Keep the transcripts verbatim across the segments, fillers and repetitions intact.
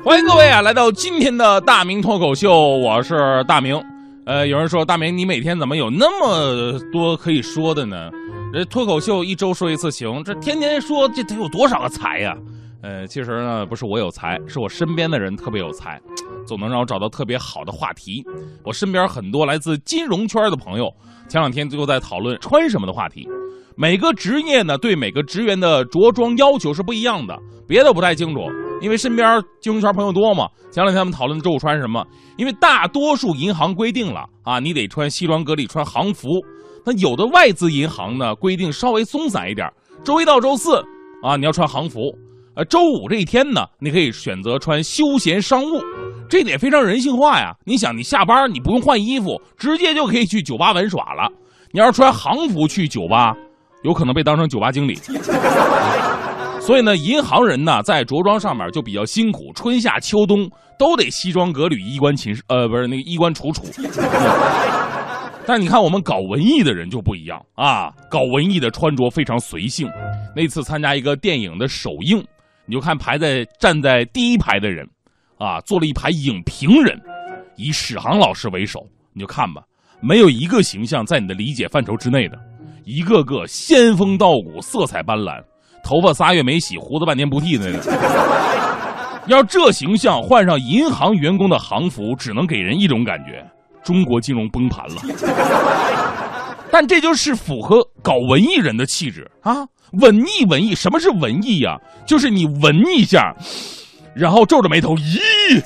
欢迎各位啊，来到今天的大明脱口秀，我是大明。呃，有人说大明，你每天怎么有那么多可以说的呢？这脱口秀一周说一次行，这天天说，这得有多少个才呀？呃，其实呢，不是我有才，是我身边的人特别有才，总能让我找到特别好的话题。我身边很多来自金融圈的朋友，前两天就在讨论穿什么的话题。每个职业呢，对每个职员的着装要求是不一样的，别的不太清楚，因为身边金融圈朋友多嘛。前两天他们讨论周五穿什么，因为大多数银行规定了啊，你得穿西装革履，穿行服。那有的外资银行呢，规定稍微松散一点，周一到周四啊，你要穿行服。呃，周五这一天呢，你可以选择穿休闲商务，这点非常人性化呀。你想，你下班你不用换衣服，直接就可以去酒吧玩耍了。你要是穿行服去酒吧，有可能被当成酒吧经理。所以呢，银行人呢在着装上面就比较辛苦，春夏秋冬都得西装革履，衣冠禽呃不是那个衣冠楚楚。但是你看我们搞文艺的人就不一样啊，搞文艺的穿着非常随性。那次参加一个电影的首映，你就看排在站在第一排的人啊，坐了一排影评人，以史航老师为首，你就看吧，没有一个形象在你的理解范畴之内的，一个个仙风道骨，色彩斑斓，头发仨月没洗，胡子半年不剃的那个。要这形象换上银行员工的行服，只能给人一种感觉，中国金融崩盘了。但这就是符合搞文艺人的气质啊！文艺文艺，什么是文艺呀、啊？就是你闻一下，然后皱着眉头，咦！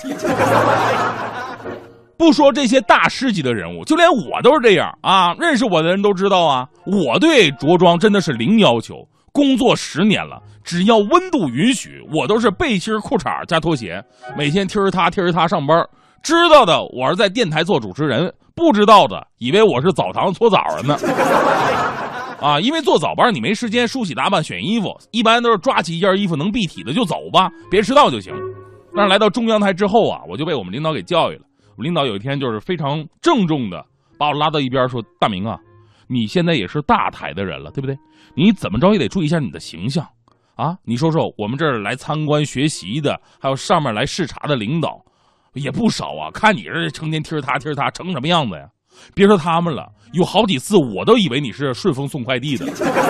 不说这些大师级的人物，就连我都是这样啊！认识我的人都知道啊，我对着装真的是零要求。工作十年了，只要温度允许，我都是背心裤衩加拖鞋，每天踢儿踏踢儿踏上班。知道的我是在电台做主持人，不知道的以为我是澡堂搓澡呢。啊，因为做早班你没时间梳洗打扮选衣服，一般都是抓起一件衣服能蔽体的就走吧，别迟到就行。但是来到中央台之后啊，我就被我们领导给教育了。我领导有一天就是非常郑重的把我拉到一边说：“大明啊，你现在也是大台的人了，对不对？你怎么着也得注意一下你的形象啊！你说说，我们这儿来参观学习的，还有上面来视察的领导也不少啊。看你这成天踢儿踏踢儿踏，成什么样子呀？别说他们了，有好几次我都以为你是顺丰送快递的。”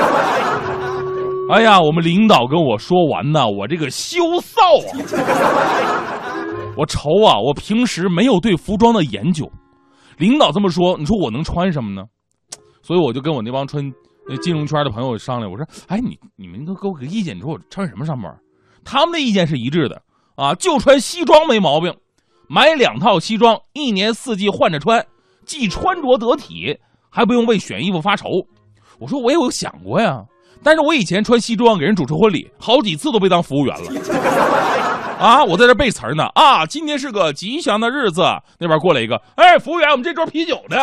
哎呀，我们领导跟我说完呢，我这个羞臊啊！我愁啊，我平时没有对服装的研究。领导这么说，你说我能穿什么呢？所以我就跟我那帮穿金融圈的朋友商量，我说：“哎，你你们都给我个意见，你说我穿什么上班？”他们的意见是一致的啊，就穿西装没毛病，买两套西装，一年四季换着穿，既穿着得体，还不用为选衣服发愁。我说我也有想过呀，但是我以前穿西装给人主持婚礼，好几次都被当服务员了。啊，我在这背词儿呢啊！今天是个吉祥的日子，那边过来一个，哎，服务员，我们这桌啤酒呢。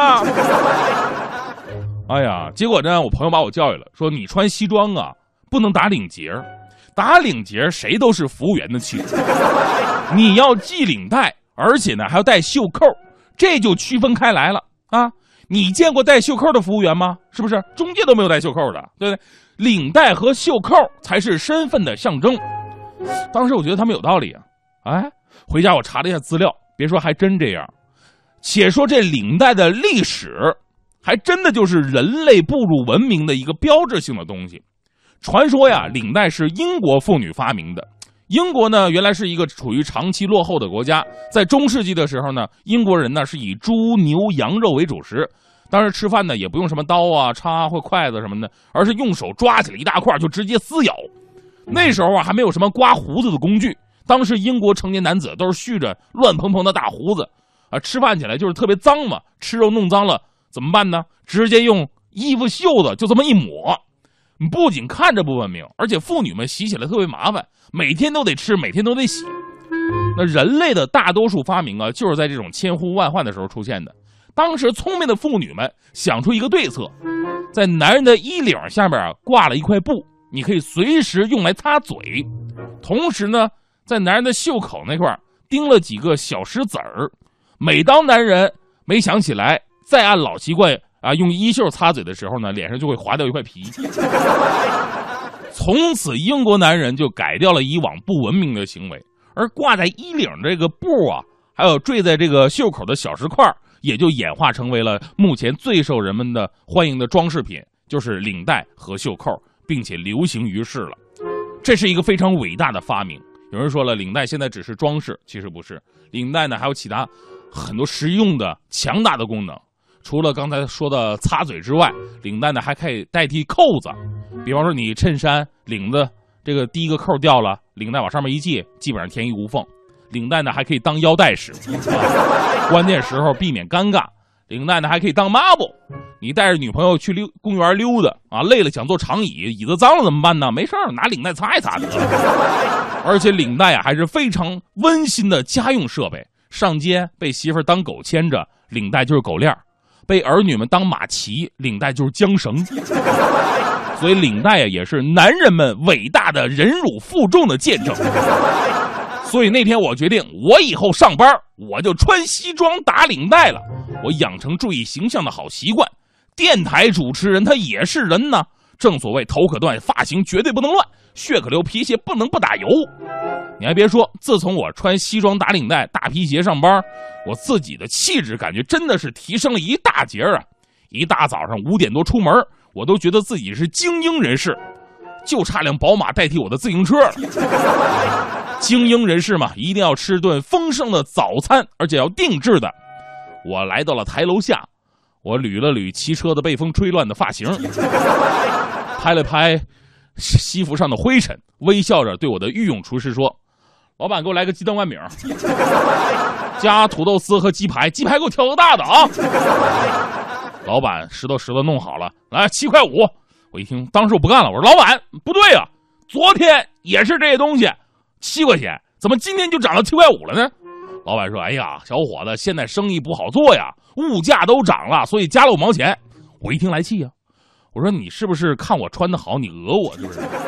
哎呀，结果呢，我朋友把我教育了，说你穿西装啊，不能打领结，打领结谁都是服务员的气质。你要系领带，而且呢还要带袖扣，这就区分开来了啊！你见过带袖扣的服务员吗？是不是？中介都没有带袖扣的，对不对？领带和袖扣才是身份的象征。当时我觉得他们有道理啊，哎，回家我查了一下资料，别说还真这样。且说这领带的历史，还真的就是人类步入文明的一个标志性的东西。传说呀，领带是英国妇女发明的。英国呢，原来是一个处于长期落后的国家，在中世纪的时候呢，英国人呢是以猪、牛、羊肉为主食。当时吃饭呢，也不用什么刀啊、叉或筷子什么的，而是用手抓起来一大块就直接撕咬。那时候啊，还没有什么刮胡子的工具。当时英国成年男子都是蓄着乱蓬蓬的大胡子，啊，吃饭起来就是特别脏嘛，吃肉弄脏了怎么办呢？直接用衣服袖子就这么一抹，不仅看着不文明，而且妇女们洗起来特别麻烦，每天都得吃，每天都得洗。那人类的大多数发明啊，就是在这种千呼万唤的时候出现的。当时聪明的妇女们想出一个对策，在男人的衣领下面啊挂了一块布，你可以随时用来擦嘴。同时呢，在男人的袖口那块钉了几个小石子儿，每当男人没想起来再按老习惯啊用衣袖擦嘴的时候呢，脸上就会划掉一块皮。从此英国男人就改掉了以往不文明的行为， 而挂在衣领这个布啊，还有坠在这个袖口的小石块，也就演化成为了目前最受人们的欢迎的装饰品，就是领带和袖扣，并且流行于世了。这是一个非常伟大的发明。有人说了，领带现在只是装饰，其实不是。领带呢还有其他很多实用的强大的功能。除了刚才说的擦嘴之外，领带呢还可以代替扣子。比方说你衬衫领子这个第一个扣掉了，领带往上面一系，基本上天衣无缝。领带呢还可以当腰带使，啊、关键时候避免尴尬。领带呢还可以当抹布，你带着女朋友去溜公园溜达啊，累了想坐长椅，椅子脏了怎么办呢？没事儿，拿领带擦一擦得了。而且领带啊还是非常温馨的家用设备，上街被媳妇儿当狗牵着，领带就是狗链；被儿女们当马骑，领带就是缰绳。所以领带啊也是男人们伟大的忍辱负重的见证。所以那天我决定，我以后上班我就穿西装打领带了。我养成注意形象的好习惯。电台主持人他也是人呢，正所谓头可断，发型绝对不能乱，血可流，皮鞋不能不打油。你还别说，自从我穿西装打领带大皮鞋上班，我自己的气质感觉真的是提升了一大截啊！一大早上五点多出门，我都觉得自己是精英人士，就差辆宝马代替我的自行车了。精英人士嘛，一定要吃顿丰盛的早餐，而且要定制的。我来到了台楼下，我捋了捋骑车的被风吹乱的发型，拍了拍西服上的灰尘，微笑着对我的御用厨师说：“老板，给我来个鸡蛋灌饼，加土豆丝和鸡排，鸡排给我挑个大的啊！”老板石头石头弄好了，来七块五。我一听，当时我不干了，我说：“老板，不对啊，昨天也是这些东西。七块钱，怎么今天就涨到七块五了呢？”老板说：“哎呀，小伙子，现在生意不好做呀，物价都涨了，所以加了五毛钱。”我一听来气呀、啊，我说：“你是不是看我穿的好，你讹我是不是？”